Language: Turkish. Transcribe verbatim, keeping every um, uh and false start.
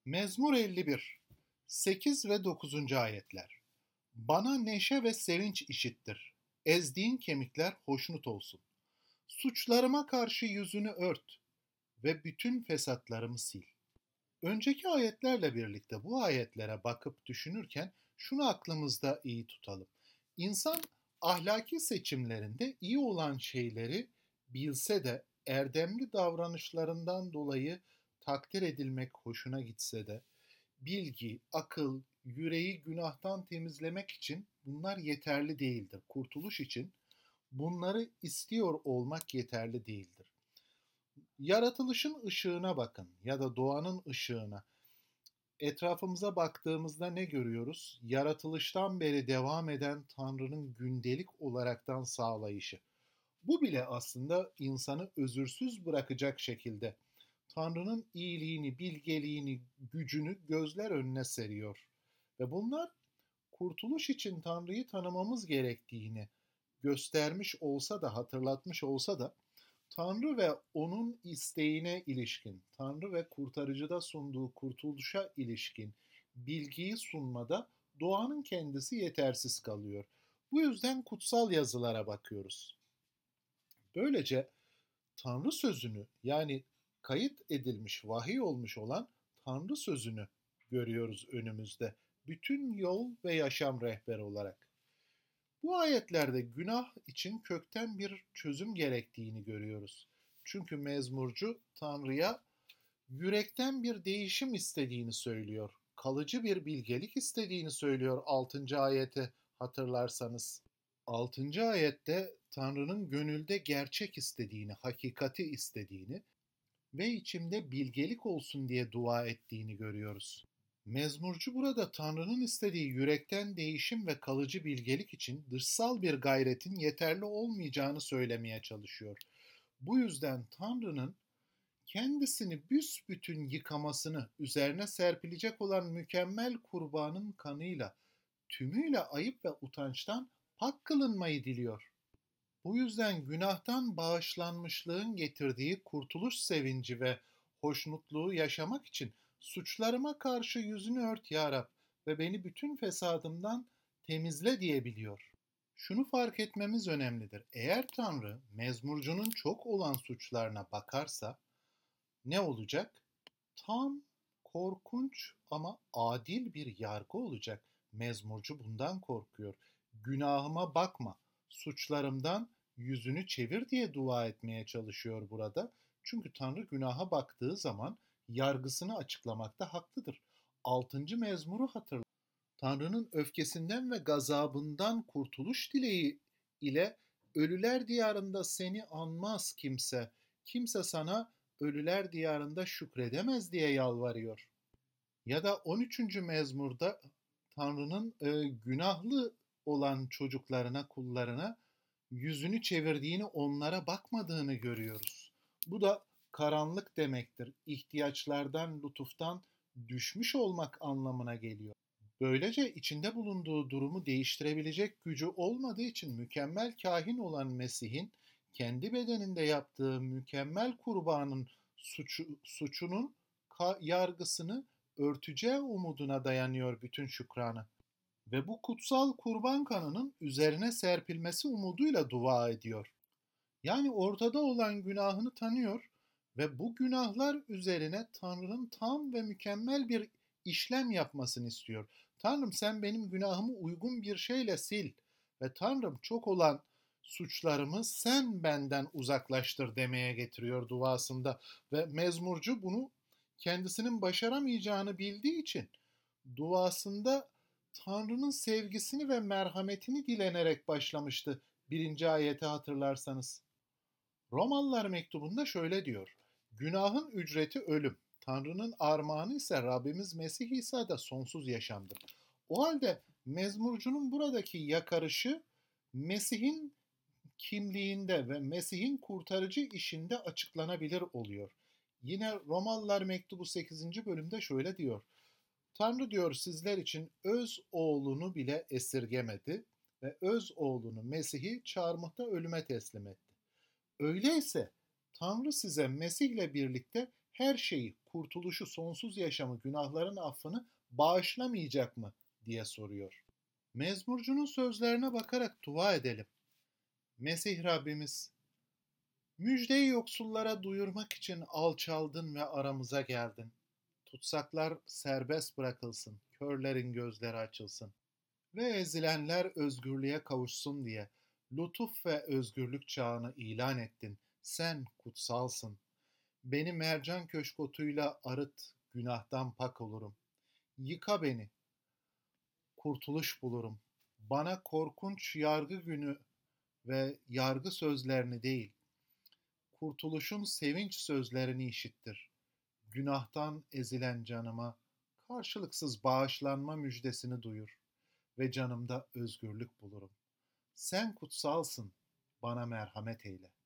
Mezmur elli bir sekiz ve dokuzuncu ayetler. Bana neşe ve sevinç işittir. Ezdiğin kemikler hoşnut olsun. Suçlarıma karşı yüzünü ört ve bütün fesatlarımı sil. Önceki ayetlerle birlikte bu ayetlere bakıp düşünürken şunu aklımızda iyi tutalım. İnsan ahlaki seçimlerinde iyi olan şeyleri bilse de erdemli davranışlarından dolayı takdir edilmek hoşuna gitse de bilgi, akıl, yüreği günahtan temizlemek için bunlar yeterli değildir. Kurtuluş için bunları istiyor olmak yeterli değildir. Yaratılışın ışığına bakın ya da doğanın ışığına. Etrafımıza baktığımızda ne görüyoruz? Yaratılıştan beri devam eden Tanrı'nın gündelik olaraktan sağlayışı. Bu bile aslında insanı özürsüz bırakacak şekilde Tanrı'nın iyiliğini, bilgeliğini, gücünü gözler önüne seriyor. Ve bunlar kurtuluş için Tanrı'yı tanımamız gerektiğini göstermiş olsa da, hatırlatmış olsa da Tanrı ve onun isteğine ilişkin, Tanrı ve kurtarıcıda sunduğu kurtuluşa ilişkin bilgiyi sunmada doğanın kendisi yetersiz kalıyor. Bu yüzden kutsal yazılara bakıyoruz. Böylece Tanrı sözünü, yani kayıt edilmiş, vahiy olmuş olan Tanrı sözünü görüyoruz önümüzde. Bütün yol ve yaşam rehberi olarak. Bu ayetlerde günah için kökten bir çözüm gerektiğini görüyoruz. Çünkü mezmurcu Tanrı'ya yürekten bir değişim istediğini söylüyor. Kalıcı bir bilgelik istediğini söylüyor altıncı ayeti hatırlarsanız. altıncı ayette Tanrı'nın gönülde gerçek istediğini, hakikati istediğini ve içimde bilgelik olsun diye dua ettiğini görüyoruz. Mezmurcu burada Tanrı'nın istediği yürekten değişim ve kalıcı bilgelik için dışsal bir gayretin yeterli olmayacağını söylemeye çalışıyor. Bu yüzden Tanrı'nın kendisini büsbütün yıkamasını, üzerine serpilecek olan mükemmel kurbanın kanıyla, tümüyle ayıp ve utançtan pak kılınmayı diliyor. Bu yüzden günahtan bağışlanmışlığın getirdiği kurtuluş sevinci ve hoşnutluğu yaşamak için suçlarıma karşı yüzünü ört ya Rab ve beni bütün fesadımdan temizle diyebiliyor. Şunu fark etmemiz önemlidir. Eğer Tanrı mezmurcunun çok olan suçlarına bakarsa ne olacak? Tam, korkunç ama adil bir yargı olacak. Mezmurcu bundan korkuyor. Günahıma bakma, suçlarımdan yüzünü çevir diye dua etmeye çalışıyor burada. Çünkü Tanrı günaha baktığı zaman yargısını açıklamakta haklıdır. Altıncı mezmuru hatırla. Tanrı'nın öfkesinden ve gazabından kurtuluş dileği ile ölüler diyarında seni anmaz kimse. Kimse sana ölüler diyarında şükredemez diye yalvarıyor. Ya da on üçüncü mezmurda Tanrı'nın e, günahlı olan çocuklarına, kullarına yüzünü çevirdiğini, onlara bakmadığını görüyoruz. Bu da karanlık demektir. İhtiyaçlardan, lütuftan düşmüş olmak anlamına geliyor. Böylece içinde bulunduğu durumu değiştirebilecek gücü olmadığı için mükemmel kahin olan Mesih'in kendi bedeninde yaptığı mükemmel kurbanın suçu, suçunun yargısını örteceği umuduna dayanıyor bütün şükranı. Ve bu kutsal kurban kanının üzerine serpilmesi umuduyla dua ediyor. Yani ortada olan günahını tanıyor ve bu günahlar üzerine Tanrı'nın tam ve mükemmel bir işlem yapmasını istiyor. Tanrım sen benim günahımı uygun bir şeyle sil ve Tanrım çok olan suçlarımı sen benden uzaklaştır demeye getiriyor duasında ve mezmurcu bunu kendisinin başaramayacağını bildiği için duasında Tanrı'nın sevgisini ve merhametini dilenerek başlamıştı birinci ayeti hatırlarsanız. Romalılar mektubunda şöyle diyor. Günahın ücreti ölüm. Tanrı'nın armağanı ise Rabbimiz Mesih İsa'da sonsuz yaşamdır. O halde mezmurcunun buradaki yakarışı Mesih'in kimliğinde ve Mesih'in kurtarıcı işinde açıklanabilir oluyor. Yine Romalılar mektubu sekizinci bölümde şöyle diyor. Tanrı diyor sizler için öz oğlunu bile esirgemedi ve öz oğlunu Mesih'i çarmıhta ölüme teslim etti. Öyleyse Tanrı size Mesih'le birlikte her şeyi kurtuluşu, sonsuz yaşamı, günahların affını bağışlamayacak mı diye soruyor. Mezmurcunun sözlerine bakarak dua edelim. Mesih Rabbimiz, müjdeyi yoksullara duyurmak için alçaldın ve aramıza geldin. Tutsaklar serbest bırakılsın, körlerin gözleri açılsın ve ezilenler özgürlüğe kavuşsun diye lütuf ve özgürlük çağını ilan ettin. Sen kutsalsın. Beni mercan köşkotuyla arıt, günahtan pak olurum. Yıka beni, kurtuluş bulurum. Bana korkunç yargı günü ve yargı sözlerini değil, kurtuluşun sevinç sözlerini işittir. Günahtan ezilen canıma karşılıksız bağışlanma müjdesini duyur ve canımda özgürlük bulurum. Sen kutsalsın, bana merhamet eyle.